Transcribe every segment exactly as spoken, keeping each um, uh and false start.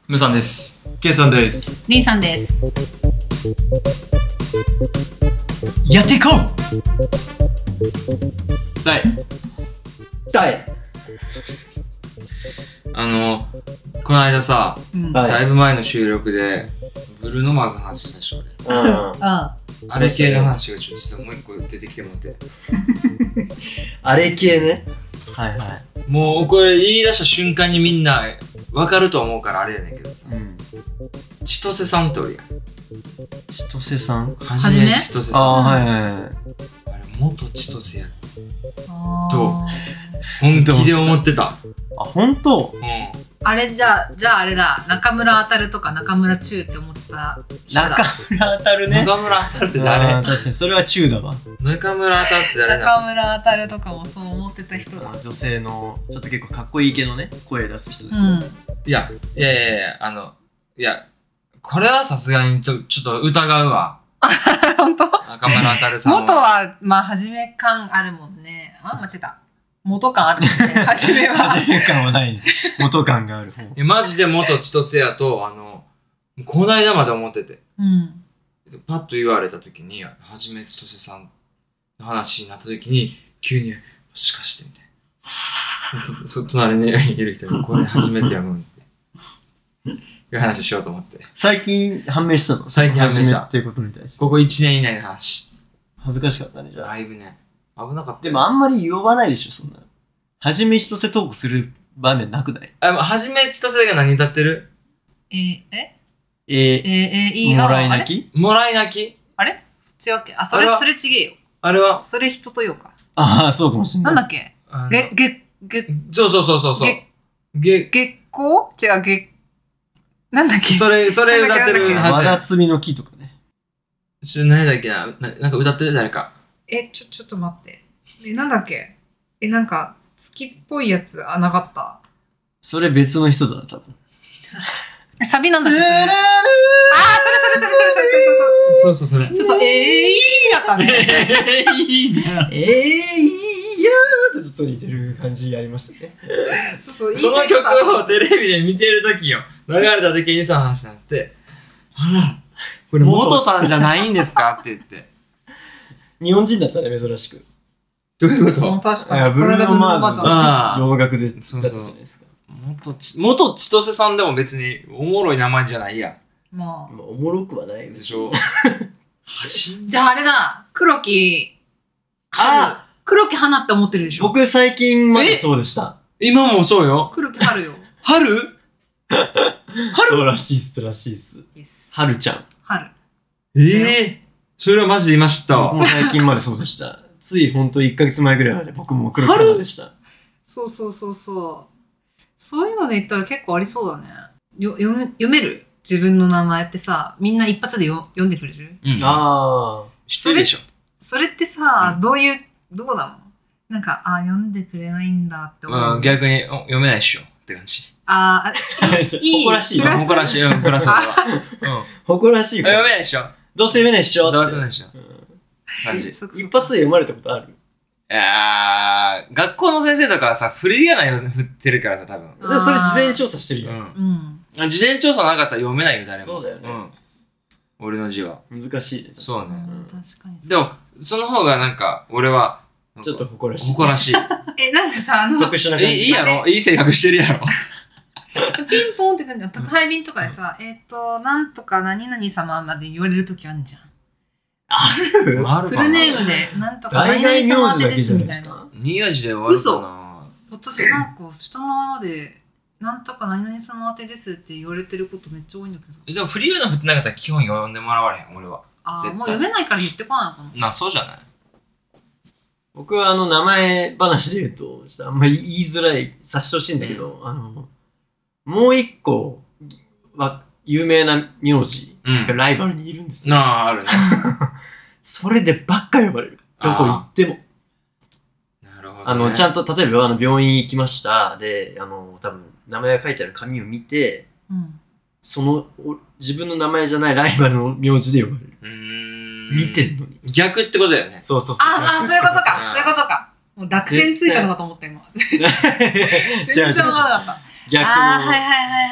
ムさんです。 ケイさんです。 リンさんです。 やっていこう。 だいだいあのこの間さ、うん、だいぶ前の収録でブルーノマーズの話したし俺。うん。 ああれ系の話がちょっと実はもう一個出てきてもらって。 あれ系ね。はいはい。 もうこれ言い出した瞬間にみんな分かると思うからあれやねんけどさ。うん、千歳さんっておるやん。 千歳さん？ はじめ千歳さん。 あ、はいはいはい。あれ元千歳やと本気で思ってた。 あ、本当？ うん。 あれじゃあ、じゃああれだ、中村あたるとか中村中って思ってた人だ。 中村あたるね。 中村あたるって誰？ 確かにそれは中だわ。 中村あたるって誰だ？ 中村あたるとかもそう思ってた人だ。 女性のちょっと結構かっこいい系のね、声出す人ですよ。 うん、 いや、いやいやいや、あの、いや、これはさすがにちょっと疑うわ。 本当？ 中村あたるさんは。 元は、まあ、初め感あるもんね。あ、間違えた。元感あるもんね。初めは。 初め感はない。元感がある。 いやマジで元千歳やと、あの、この間まで思ってて。 うん。 パッと言われたときに、はじめ千歳さんの話になったときに、急に、もしかしてみたいな。そ隣にいる人に、これ初めて読むって。いう話をしようと思って。 最近判明したの？ 最近判明した。 っていうことに対して。 ここいちねん以内の話。 恥ずかしかったね、じゃあ。 だいぶね。危なかった。 でもあんまり呼ばないでしょ、そんな。はじめ千歳トークする場面なくない？ あ、はじめ千歳が何歌ってる？ えー、ええー、 えー、いいもらい泣き？ もらい泣き？ あれ違うっけ？あ、それ、それちげえよ。 あれはそれ人とよか。 ああ、そうかもしれない。 なんだっけ？げ、げ、げ、 そうそうそうそうそう。 げ、げ、月光？違う、げ、なんだっけ？ それ、それ歌ってるはず。 わだつみの木とかね。 ちょ、何だっけな、な、なんか歌ってる誰か。 え、ちょ、ちょっと待って。え、なんだっけ？え、なんか、月っぽいやつ、あ、なかった。 それ別の人だな、多分。 サビなんだっけ？あー、それそれそれそれそれそれそれそれ。そうそう、それ。 ちょっと、えー、いいやったね。 えー、いいな。えー、いいやーとちょっと似てる感じありましたね。 そうそう、その曲をテレビで見てるときよ。流れたときにさ、話になって、あら、これ元さんじゃないんですかって言って。 日本人だったね、珍しく。 どういうこと？ 確かに。 ブルーノマーズの洋楽でだったじゃないですか。 元ち、元千歳さんでも別におもろい名前じゃないや。 まあ。 おもろくはないでしょ。 じゃああれだ、黒木。 ああ黒木花って思ってるでしょ。 僕最近までそうでした。 今もそうよ。 黒木春よ。 春？ 春？そうらしいっすらしいっす。春ちゃん。 春。 ええー。それはマジで今知ったわ。 僕も最近までそうでした。ついほんといっかげつまえぐらいまで僕も黒木花でした。 そうそうそうそう。そういうので言ったら結構ありそうだね。よ、読め、読める？自分の名前ってさ、みんな一発でよ読んでくれる？ うん。 ああ。 知ってるでしょ。 それってさ、うん、どういう、どうなの？なんか、あ、読んでくれないんだって思う。 うん、逆に読めないっしょって感じ。 ああ、いい。 誇らしい。 誇らしい。うん、プラスは。 うん。誇らしい。 読めないっしょ。 どうせ読めないっしょ。 どうせ読めないっしょ。感じ。 一発で読まれたことある？ いやー、学校の先生とかはさ、振りがないの振ってるからさ、多分。 でもそれ事前調査してるよ。 うん。 事前調査なかったら読めないよ、誰も。 そうだよね。うん。 俺の字は。 難しいね。 そうね。 確かに。 でも、その方がなんか、俺は、 ちょっと誇らしい。 誇らしい。 え、なんかさ、あの、 特殊な感じ。 いいやろ？いい性格してるやろ？ ピンポンって感じだ。宅配便とかでさ、えっと、なんとか何々様まで言われるときあるじゃん。 ある？ あるフルネームで、なんとか何々様宛てですみたいな。 名字で終わるかな？ 私なんか、下のままで、なんとか何々様宛てですって言われてることめっちゃ多いんだけど。 でもフリーの振ってなかったら基本読んでもらわれへん、俺は。 ああ、もう読めないから言ってこないのかな。 まあ、そうじゃない？ 僕はあの、名前話で言うと、ちょっとあんまり言いづらい、察してほしいんだけど、うん、あの、もう一個は有名な名字がライバルにいるんですよ。 うん、ああ、あるね。 それでばっか呼ばれる。どこ行っても。 なるほど、ね。 あの、ちゃんと、例えばあの病院行きました。で、あの、多分、名前が書いてある紙を見て、うん、その、自分の名前じゃないライバルの名字で呼ばれる。うーん。見てんのに。 逆ってことだよね。 そうそうそう。 ああ、そういうことか。そういうことか。もう濁点ついたのかと思った今。全然わからなかった。 逆の。 ああ、はいはいはいはいはい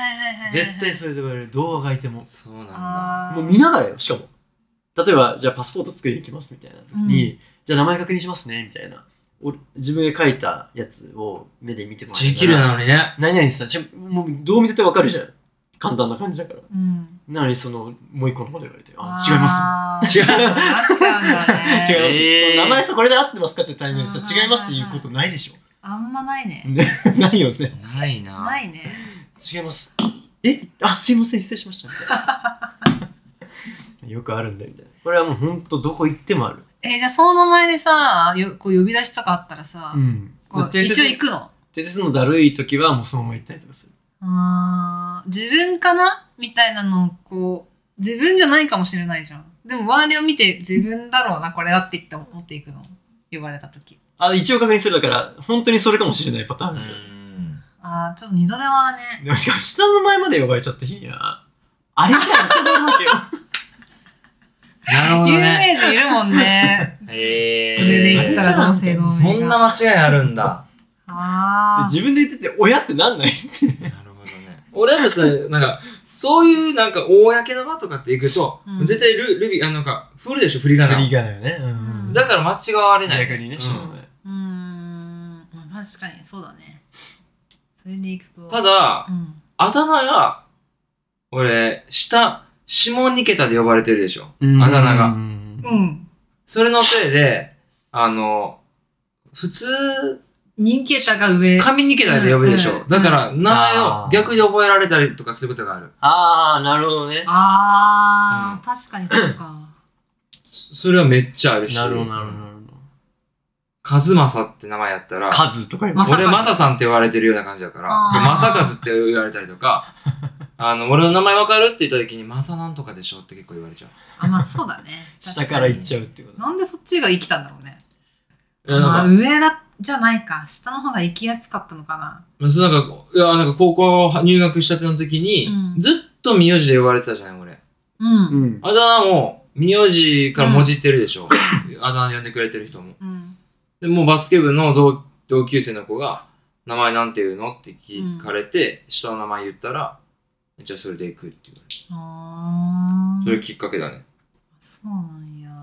絶対それで言われる。どうあがいても。 そうなんだ。 あーもう見ながらよ、しかも。例えば、じゃあパスポート作りに行きますみたいな時に、 うじゃあ名前確認しますね、みたいな。俺自分で書いたやつを目で見てもらちきるなのにね。 何々さ、しもうどう見ててわかるじゃん。簡単な感じだから。 うん。 なのに、その、もう一個の方で言われて、あ、違います。 違う。なっちゃうんだね。 違います。 えーその名前さ、これで合ってますかってタイミングでさ、 うん違いますって言うことないでしょ。 あんまないね。 ね、ないよね。 ないな。 ないね。 違います。えあ、すいません、失礼しました。みたいなよくあるんだよ、みたいな。これはもうほんとどこ行ってもある。 えーじゃあその名前でさ、よこう呼び出しとかあったらさ、 ん。 こう一応行くの。 訂正するのだるい時はもうそのまま行ったりとかする。 あー自分かなみたいなのをこう、自分じゃないかもしれないじゃん。でも周りを見て自分だろうな、これはって言って思っていくの。呼ばれた時。 あ、一応確認するだから、本当にそれかもしれないパターンうあるよ。 ん。 あーちょっと二度手間だね。 でもしかも下の前まで呼ばれちゃった日には、あれみたいなことなわけよ。 なるほど有ね。 名人いるもんね。 えー。 それで言ったら同姓同名。 そんな間違いあるんだ。 あ自分で言ってて、親ってなんないって。 なるほどね。俺もさ、なんか、そういうなんか、公の場とかって行くと、 うん絶対ルルビ、あの、なんか、振るでしょ、振り仮名を。 振り仮名よね。うん。 だから間違われない。 逆にね、 うんしょうがない。 ーうーん。まあ確かにそうだね。それでいくと。 ただう、ん。 あだ名が、俺、下、下に桁で呼ばれてるでしょ。 うんあだ名が。 うんうん。 それのせいで、あの、普通、 に桁が上。 上に桁で呼ぶでしょ。 うんうんだから、名前をあー逆に覚えられたりとかすることがある。 あー、なるほどね。 あー、 うん確かにそうか。 それはめっちゃあるし。 なるほど、なるほど。 和正って名前やったら、 数とか言うまさか俺、マサさんって言われてるような感じだからあ、ーそうマサカズって言われたりとか、あの、俺の名前わかるって言った時に、マサなんとかでしょって結構言われちゃう。 あ、まあそうだね。 下から行っちゃゃうってこと。 なんでそっちが生きたんだろうね。 いや、 まあなんか、 上だ、じゃないか。下の方が生きやすかったのかな。 まあそうなんか、いや、なんか高校入学したての時に、 うんずっと名字で呼ばれてたじゃない、俺。 うん。 うん。 あだ名も、名字からもじってるでしょ。あだ名呼んでくれてる人も。 うん。 で、もうバスケ部の同同級生の子が、名前なんて言うのって聞かれて、下の名前言ったら、じゃあそれで行くって言われて。 あー。 それきっかけだね。 そうなんや。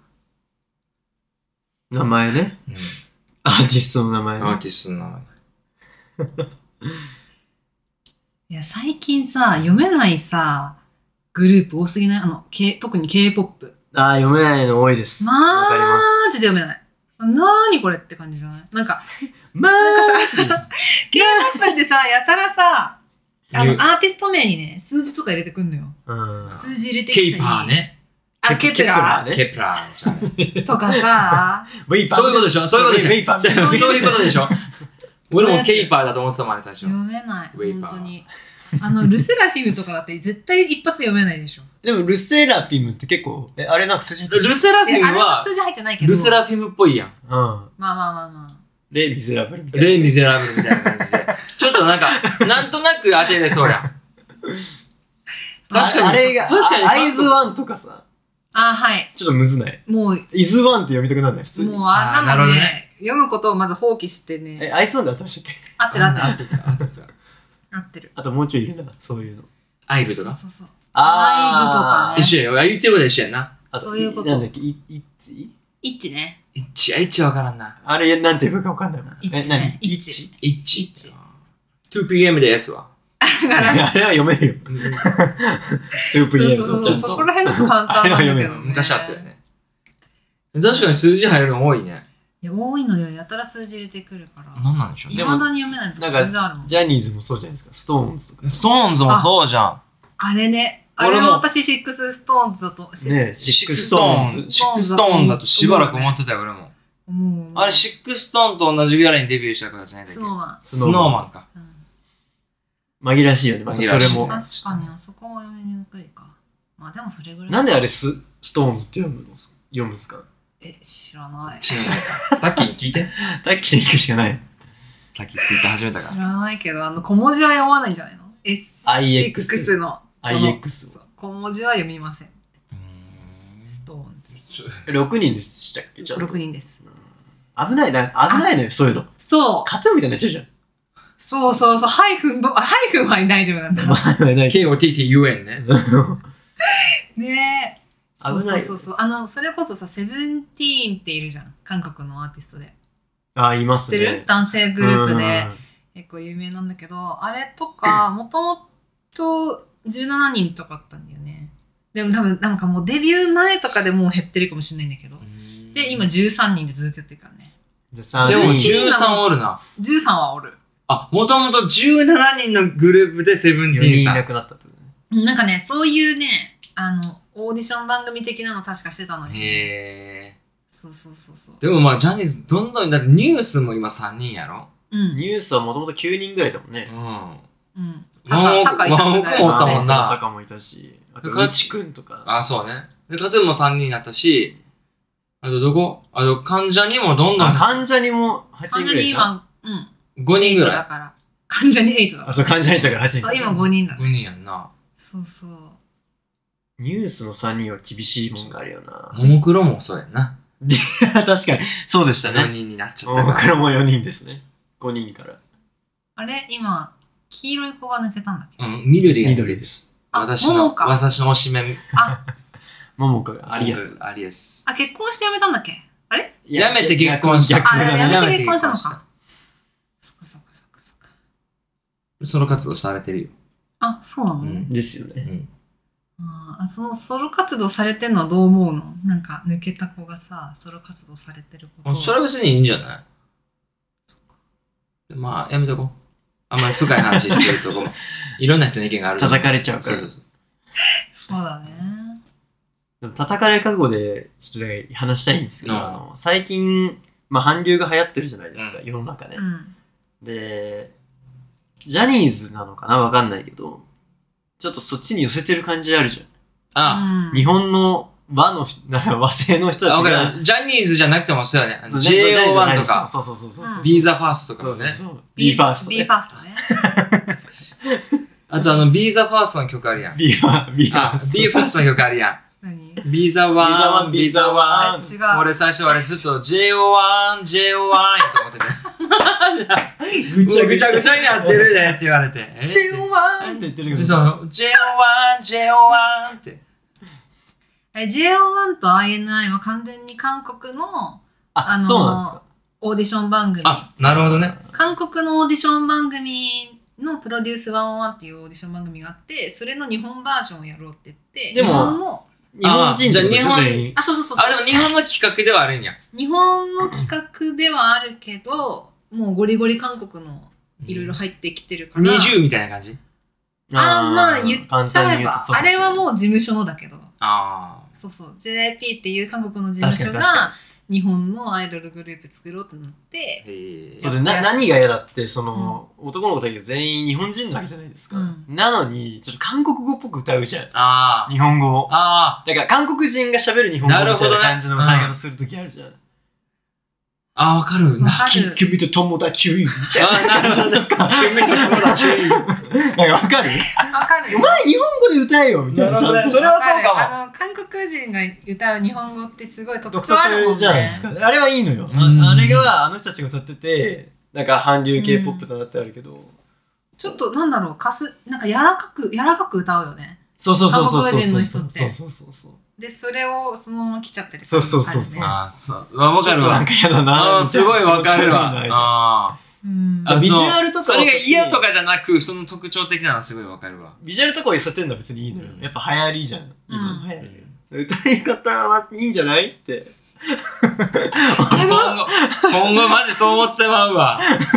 名前ね。 うん。 アーティストの名前ね。 アーティストの名前。 いや、最近さ、読めないさ、グループ多すぎないあの、K、特に K-ポップ。 ああ、読めないの多いです。 マわかります。 ジで読めない。なーにこれって感じじゃないなんか、 まあ、 K-ポップってさ、やたらさ、あ言うの、アーティスト名にね、数字とか入れてくんのよ。 うん。 数字入れてケイきたり。 パーね。 あ、ケプラねケプラーでしょ。 ーとかさ、 ウェイパー。 そういうことでしょそういうことでしょウェイパー。 じゃあそういうことでしょ俺もケイパーだと思ってたもんね、最初。 読めない。 ウェイパー本当に。あの、ルセラフィムとかだって絶対一発読めないでしょ。 でも、ルセラピムって結構、え、あれなんか数字入ってるルセラフえ、 ィムはあれは数、字入ってないけど。 ルセラフィムっぽいやん。 うん。 まあまあまあまあ。 レ・ミゼラブルみたいな。 レイ・ミゼラブルみたいな感じで。ちょっとなんか、なんとなく当てれそうやん。確かに。 あれが、 確かに。 あアイズワンとかさ、 あ、はい。 ちょっとむずない。 もう、 イズワンって読みたくなるね、普通に。 もうあんなあーなるほのねどね読むことをまず放棄してえ、 ね。 アイズワンで合ってましたっけ合ってる合ってる。 合ってる合ってる合ってる。 あともうちょいいるんだな、そういうの。 アイブとかそうそうそう。 あーアイブとかね一緒やん。言ってることは一緒やんな。 あそういうことなんだっけ、い、いつ一致ね。 一、あ、一わからんな。 あれ、なんて言うかわかんないもん。 一え、 致何ね。一一致。 一。 一致。 ツーピーエム ですわ。 あれは読めるよ。ツープリエム、 そうそうそう。 そっちゃんと。 そこら辺の簡単なんだけどね。 昔あったよね。確かに数字入るの多いね。 いや、多いのよ。やたら数字入れてくるから。 なんなんでしょうね。 いまだに読めないとか全然あるもん。 ジャニーズもそうじゃないですか。ストーンズとか。 ストーンズもそうじゃん。 あれね。あ俺もれも私、シックスストーンズだと。しねえ、シックストーンズ。 シックストーンだとしばらく思ってたよ、俺も。 もう。 あれ、シックストーンと同じぐらいにデビューした子じゃないんだっけスノーマン。 スノーマンか。 うん紛らわしいよね、またそれも紛。らわ確かに、あそこも読みにくいか。まあでもそれぐらい。 なんであれス、ストーンズって読むの読むんですかえ、知らない。 知らないか。さっきに聞いて。 さっきで行くしかない。 さっきツイッター始めたから。 知らないけど、あの、小文字は読まないんじゃないの ?エスシックス の。 アイエックスそう小文字は読みません。 うーんストーンズ。 ろくにんでしたっけちゃんとろくにんです。 危ないな、危ないのよ、そういうの。 そうカトゥーンみたいになっちゃうじゃん。 そうそうそう、ハイフンど、あ、ハイフンは大丈夫なんだよ。 ケーオーティーティーユーエヌ ね。 ねえ。 危ないよねそうそうそうそう。あの、それこそさ、セブンティーンっているじゃん。韓国のアーティストで。 あ、います知ってるね。 男性グループでうん結構有名なんだけど、あれとか、もともとじゅうななにんとかあったんだよね。でも多分、なんかもうデビュー前とかでもう減ってるかもしれないんだけど。で、今じゅうさんにんでずっとやってるからね。 じゃあでもさんにんじゅうさんおるな。 じゅうさんはおる。 あ、もともとじゅうななにんのグループでセブンティーンよにんいさん。 なくなったってことね。 なんかね、そういうね、あの、オーディション番組的なの確かしてたのに。 へそうそうそうそうー。。でもまあ、ジャニーズ、どんどん、だってニュースも今さんにんやろ。 うん。 ニュースはもともときゅうにんぐらいだもんね。 うん。 うん。 ワンオク高い高いワンオクもおったもんなあ坂もいたし、あと、 だからうちくんとか。 あ、そうね。で、カトゥーンもさんにんになったし、あとどこあと、患者にもどんどんあ、患者にもはち関にんぐらいいた。 ジャニ今、うん。 ごにんぐらい。 だから。関ジャニエイトだかあ、 ら。 そう、患者にいたからはちにん。 そう、今ごにんだご。にんやんな。 そうそう。 ニュースのさんにんは厳しいもんがあるよな。 ももクロもそうやんな。 確かに、そうでしたよね。 にんになっちゃったから。 僕らもよにんですね。ごにんから。 あれ今、黄色い子が抜けたんだっけうん、緑が緑です。 あ私の、 ももか私の推しメン。 あ、 ももかがアリアス。 アリアス。 あ、結婚して辞めたんだっけあれやめて結婚したあ、 逆だねやめやめてて結婚したの結婚か。そっかそっかそっかそっか。 ソロ活動されてるよ。 あ、そうなの、 うんですよね。 うん。 あ、そのソロ活動されてんのはどう思うの？なんか抜けた子がさ、ソロ活動されてることを。 あそれは別にいいんじゃないまあ、やめとこう。あんまり深い話してるとこも、いろんな人の意見がある。 叩かれちゃうからそうそうそう。 そうだね。 でも叩かれ覚悟で、ちょっとね話したいんですけど、 うんあの最近、まあ、韓流が流行ってるじゃないですか、 う世の中で。 うん。 で、ジャニーズなのかなわかんないけど、ちょっとそっちに寄せてる感じあるじゃん。 あ、 うん日本の和の人、なんか和製の人たあ、わかちが。 る。ジャニーズじゃなくてもそうやね。 そうジェイオーワン とか、 そうそうそうそう。 うんビーザファーストとかもね。 そうそうそう。ビーファースト、 B ね。 ファーストね。 あとあの、ビーザファーストの曲あるやん。 ビーファー、ビーファあー、スト。 ビーファーストの曲あるや何？ ん。ビーザワン、ビーザワン。 あ、違う。 俺最初あれずっと ジェイオーワン、ジェイオーワン やと思ってて。 ぐぐちゃぐちゃぐちゃになってるでって言われて。えジェイオーワンって言ってるけど。 そう ジェイオーワン、ジェイオーワン って。 え ジェイオーワン と アイエヌアイ は完全に韓国のあ、 あのーそうなんですか。 オーディション番組。 あ、なるほどね。 韓国のオーディション番組のプロデュースひゃくいちっていうオーディション番組があって、それの日本バージョンをやろうって言って、 でも日本の、 日本人あじゃあ日本全員あ、そうそうそうあ、 そう。 でも日本の企画ではあるんや。 日本の企画ではあるけど、もうゴリゴリ韓国のいろいろ入ってきてるから。 にじゅうみたいな感じあーまあ言っ簡ちゃえば単に言うと、そうあれはもう事務所のだけど、 あそうそう、ジェイアイピー っていう韓国の事務所確かに確かが日本のアイドルグループ作ろうってなってあ。、へえ。 それでな何が嫌だってその、男の子だけど全員日本人なわけじゃないですか、 うんなのにちょっと韓国語っぽく歌うじゃんあ日本語をあ。あだから韓国人が喋る日本語みたいな感じの歌い方するときあるじゃん、 あ。ああ、わかる。 わかる。 君と友達みたいあなるほど。君と友達。 ななんかわかるわかるよ。 お前日本語で歌えよみたいななるほどねちゃんとそれはそうかもわるあの韓国人が歌う日本語ってすごい特独徴あるもんね。 特じゃないですかあれはいいのようんああれがあの人たちが歌っててなんか韓流 K-ポップとなってあるけど、 ちょっとなんだろう、かすなんか柔らかく柔らかく歌うよね。 そうそうそうそうそう韓国人の人ってそうそうそうそうでそれをそのまま来ちゃってる。 そうそうそうそうあるねああ、そう。わわかるわちょっとなん。か嫌だあなあ、すごいわかるわ。 ああうんあ。 ビジュアルとかそうそれが嫌とかかじゃなく、その特徴的なのはすごいわかるわ。 ビジュアルとかを寄せてんのは別にいいのよ、 うんやっぱ流行りじゃん今の流う行り、 ん歌い方はいいんじゃないって今後、今後マジそう思ってまうわ。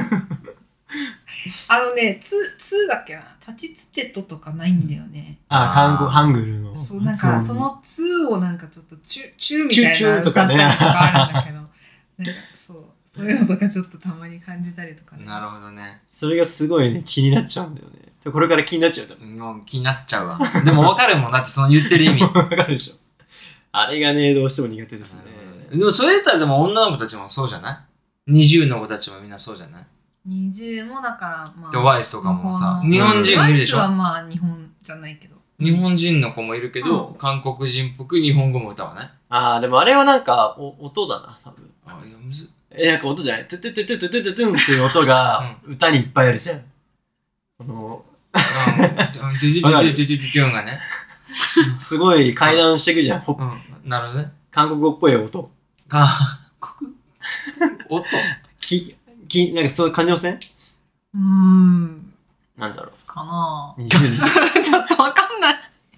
あのね、ツー、ツーだっけな、立ちつてととかないんだよね。 あ韓国ハングルのそう、なん発音にかそのツーをなんかちょっとチュチューみたいなチューチューとかね歌ったりとかあるんだけど、なんかそう、そういうのとかちょっとたまに感じたりとかね。 なるほどね。 それがすごいね気になっちゃうんだよねこれから気になっちゃう多分もう気になっちゃうわ。でもわかるもん。だってその言ってる意味。 わかるでしょあれがねどうしても苦手ですねでもそれ言ったらでも女の子たちもそうじゃない ?にじゅう の子たちもみんなそうじゃないにじゅうもだから、まあ。 トワイスとかもさ、 向こうの日本人もいるでしょトワイスはまあ日本じゃないけど。 日本人の子もいるけど、 うん韓国人っぽく日本語も歌わないああでもあれはなんかお音だな多分あ、いや、むずえ、なんか音じゃないトゥトゥトゥトゥトゥトゥトゥトゥンっていう音が歌にいっぱいあるじゃん。この、 うん。ドゥドゥドゥドゥドゥドゥがね。 すごい階段していくじゃん。ほうん。なるほどね。 韓国語っぽい音。 韓国音き、き、なんかそういう感じません？ うーん。 なんだろう。 かなにじゅうにちょっとわかんない。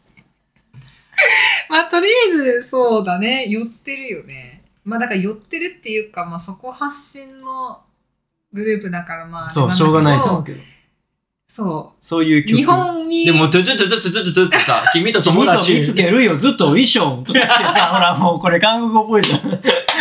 まあ、とりあえず、そうだね。寄ってるよね。まあ、だから寄ってるっていうか、まあ、そこ発信のグループだから、まあ、 そう、しょうがないと思うけど。 そう。 そういう曲。 日本に。 でも、トゥトゥトゥトゥトゥトゥトゥってさ、君と友達。 君と見つけるよ、ずっと一緒とか言ってさ、ほら、もうこれ韓国語っぽいじゃん。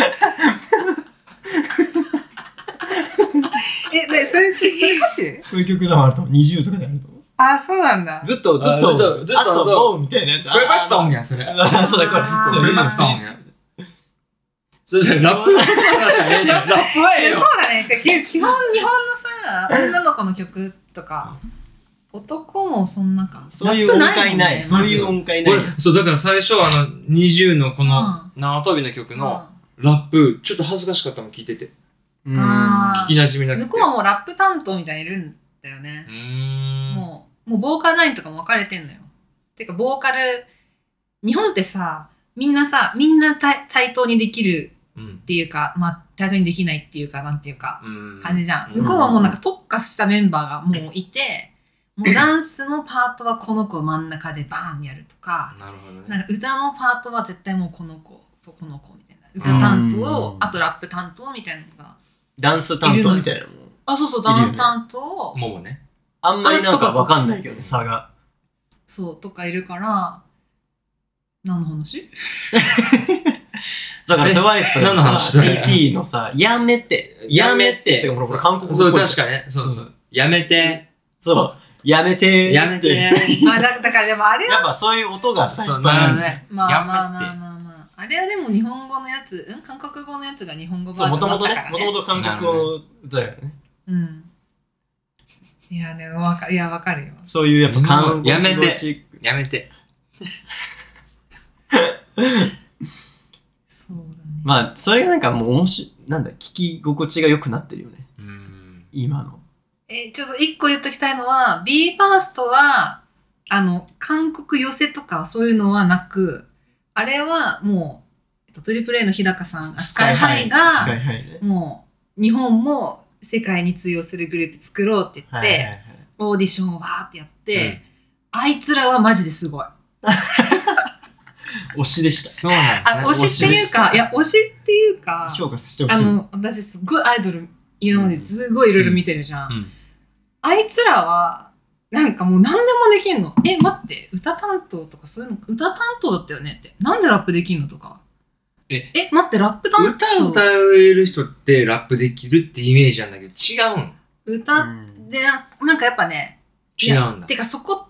え、で、それ、それ歌詞そういう曲だもあると、にじゅうとかであると。 あ、そうなんだ。 ずっと、ずっずっとと、 ずっと遊ぼうみたいなやつ。 フレバスソンや、それ。 そうだ、これずっと。 フレバスソンや。それじゃラップの話はねえラップはええよ。 そうだね。基本、日本のさ、女の子の曲とか、男もそんなか。 そういう音階ない。そういう音階ない。 俺、そう、だから最初あの、にじゅうのこの縄跳びの曲のラップ、ちょっと恥ずかしかったもん聞いてて。 うん。 聞き馴染みなくて。 向こうはもうラップ担当みたいにいるんだよね。 うーん。 もう、もうボーカルラインとかも分かれてんのよ。てか、ボーカル、日本ってさ、みんなさ、みんな対対等にできるっていうか、まあ、対等にできないっていうか、なんていうか、感じじゃん。向こうはもうなんか特化したメンバーがもういて、もうダンスのパートはこの子真ん中でバーンやるとか、 なるほどね。 なんか歌のパートは絶対もうこの子とこの子みたいな。歌担当、あとラップ担当みたいなのが。 ダンス担当みたいなのも。 あ、そうそう、ダンス担当。 ももね。 あんまりなんかわかんないけどね、差が。 そう、とかいるから、何の話だから、トゥワイスとかさ、ティーティー のさ、やめて、やめて、ってこれ韓国語そう、確かね。そうそう。やめて。 そう、やめて。 やめて。 あ、だからでもあれは。 やっぱそういう音がさ、 そう、なるね。 まあまあまあまあまあ。あれはでも日本語のやつ、うん韓国語のやつが日本語バージョンだったからね。 もともと韓国語の歌だよね。 うん。いやね、わか、いや、わかるよ。 そういうやっぱ韓国語やめて。やめて。 そうだね。 まあ、それがなんかもう面白い、なんだ、聞き心地が良くなってるよね。 うん。 今の。 え、ちょっと一個言っときたいのは、ビーファーストは、あの、韓国寄せとかそういうのはなく、あれはもう、トリプル A の日高さん、スカイハイが、 スカイハイね、 もう、日本も世界に通用するグループ作ろうって言って、はいはいはい、オーディションをわーってやって、うん、あいつらはマジですごい。 推しでした。 そうなんですね。 あ、推しっていうか、いや、推しっていうか、 評価してほしい。 あの、私すごいアイドル、今まですごいいろいろ見てるじゃん。うんうん、あいつらは、なんかもう何でもできんの。え、待って、歌担当とかそういうの、歌担当だったよねって。なんでラップできんのとか。え、え、待って、ラップ担当。 歌歌える人ってラップできるってイメージなんだけど、違うん歌で、なんかやっぱね、 違うんだ。 てかそこって、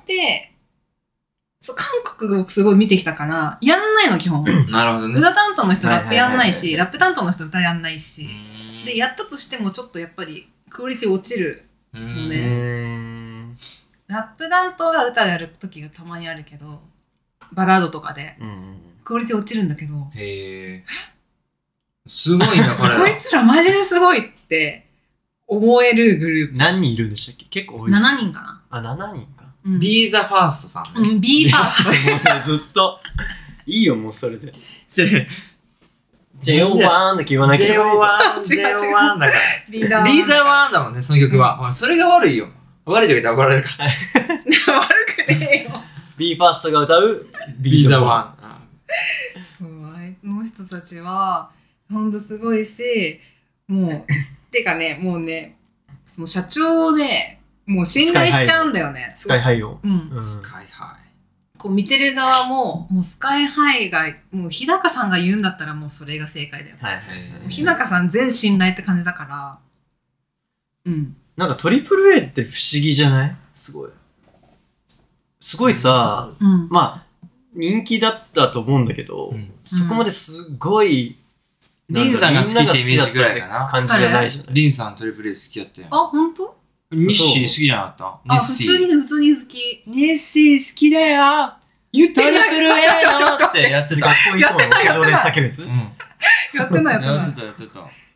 そう韓国をすごい見てきたから、やんないの基本。 なるほどね。 歌担当の人ラップやんないし、ラップ担当の人歌やんないし。で、やったとしてもちょっとやっぱりクオリティ落ちるのね。ラップ担当が歌やる時がたまにあるけど、バラードとかで、クオリティ落ちるんだけど。 へえ。すごいな、これ。 こいつらマジですごいって思えるグループ。 何人いるんでしたっけ？結構多いです。 ななにんかな。 あ、ななにんか。 うん、 Be the First さんね。うん、Be the First。 ずっと。いいよ、もうそれで。ジェオワーンって言わなきゃいけない。 ジェオワーン、ジェオワーンだから。 Be the One だもんね、その曲は。それが悪いよ。悪いと言ったら怒られるか。 悪くねえよ。 Be First が歌う Be the One。 そう、あの人たちは、ほんとすごいし、もう、てかね、もうね、その社長で、もう信頼しちゃうんだよね。 スカイハイを。 うん。 スカイハイ。 こう見てる側も、もうスカイハイが、もう日高さんが言うんだったらもうそれが正解だよ。 はいはいはい。 日高さん全信頼って感じだから、うん。 なんかトリプル A って不思議じゃない？すごい。すごいさ、うん、まあ、人気だったと思うんだけど、うん、そこまですごい、 リンさんが好きってイメージぐらいかな。 感じじゃないじゃない。 リンさんトリプル A 好きだったよ。 あ、ほんと？ ニッシー好きじゃなかった？ あ、普通に、普通に好き。 ニッシー好きだよ言ってない。 トリプル A のってやってた。 学校行こうの路上で叫ぶやつ？うん。 やってない、やってない。 やってた、やってた。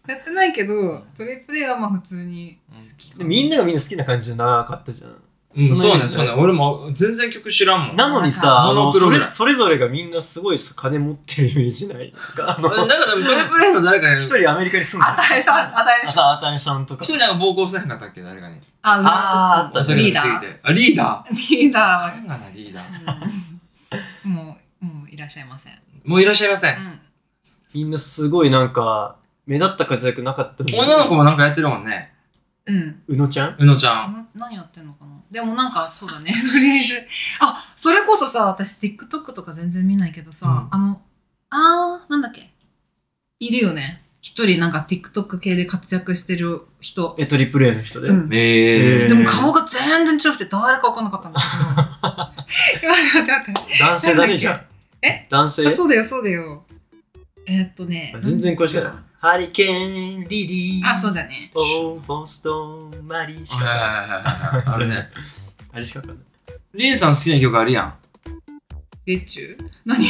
やってないけど、トリプレイはまあ普通に好きかな。 みんながみんな好きな感じじゃなかったじゃん。 うん、 そのそうね、そうね。俺も全然曲知らんもん。 なのにさ、あモノのクロぐらいそれそれぞれがみんなすごい金持ってるイメージない。なんかあのだからトリプレイの誰かに、 一人アメリカに住んであたえさん、あたえあ、さ、あたえさんとか一。人なんか暴行せへんかったっけ誰かに。 あ、 あーあったお酒飲みすぎて。あ、リーダー。 リーダーはあかんがな、リーダー。 うんもう、もういらっしゃいません。 もういらっしゃいません。 うん。 みんなすごいなんか、目立った活躍なかったのに。 女の子もなんかやってるもんね。 うん。 うのちゃんうのちゃん。 な何やってんのかな。でもなんかそうだね。とりあえず。あ、それこそさ、私 TikTok とか全然見ないけどさ、 うんあの、あー、なんだっけ。いるよね。一人なんか TikTok 系で活躍してる人。 え、トリプル A の人で。 うん。 ええーでも顔が全然違くて誰か分かんなかったんだけど。待って待って待って。 男性だねじゃん。 え男性あそうだよ、そうだよ。えーっとね。 全然詳しくない。ハリケーン、リリー。 あ、そうだね。 オーフォンストーン、マリーしかはいわかんない。 はいはいはい。あるね。 あれしかわかんない。 リンさん好きな曲あるやん。 月中何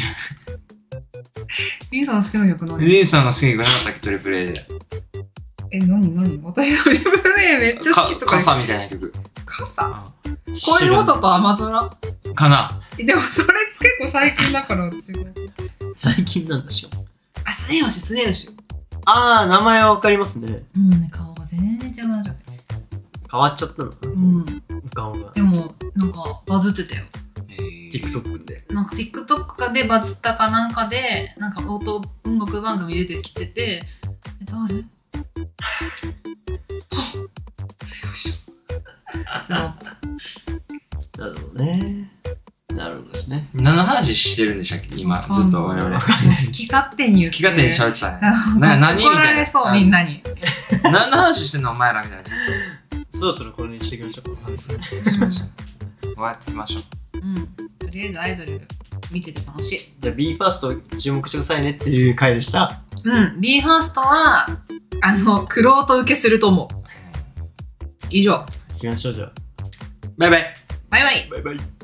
リンさんの好きな曲何リンさんが好きな曲なかったっけトリプレイで。 え、何何私トリプル A めっちゃ好きとか。 傘みたいな曲。 傘恋男雨空かな。 でもそれ結構最近だから違う。 最近なんだしょ。 あ、末吉、末吉。 あー、名前はわかりますね。 うんね、顔が全然違うなっちゃって。 変わっちゃったの。 うん。 顔が。 でも、なんかバズってたよ。 TikTok で。 なんか TikTok でバズったかなんかで、なんか音音楽番組出てきてて、え、誰はっ末吉。ななるほどね。なるほどですね。 何の話してるんでしたっけ今、ずっと我々。好好き勝手に言ってき勝手に喋ってたね。なんか何み怒らたいな。 れそう、みんなに。 何の話してんのお前らみたいな。ずっそろそろこれにしていきましょう。 と。しましょう。終わっていきましょう。 うん。とりあえずアイドル見てて楽しい。 じゃあ ビーファースト注目してくださいねっていう回でした。 うん。ビーファーストは、あの、クロート受けすると思う。以上。 行きましょうじゃあ。 バイバイ。 バイバイ。 バイバイ。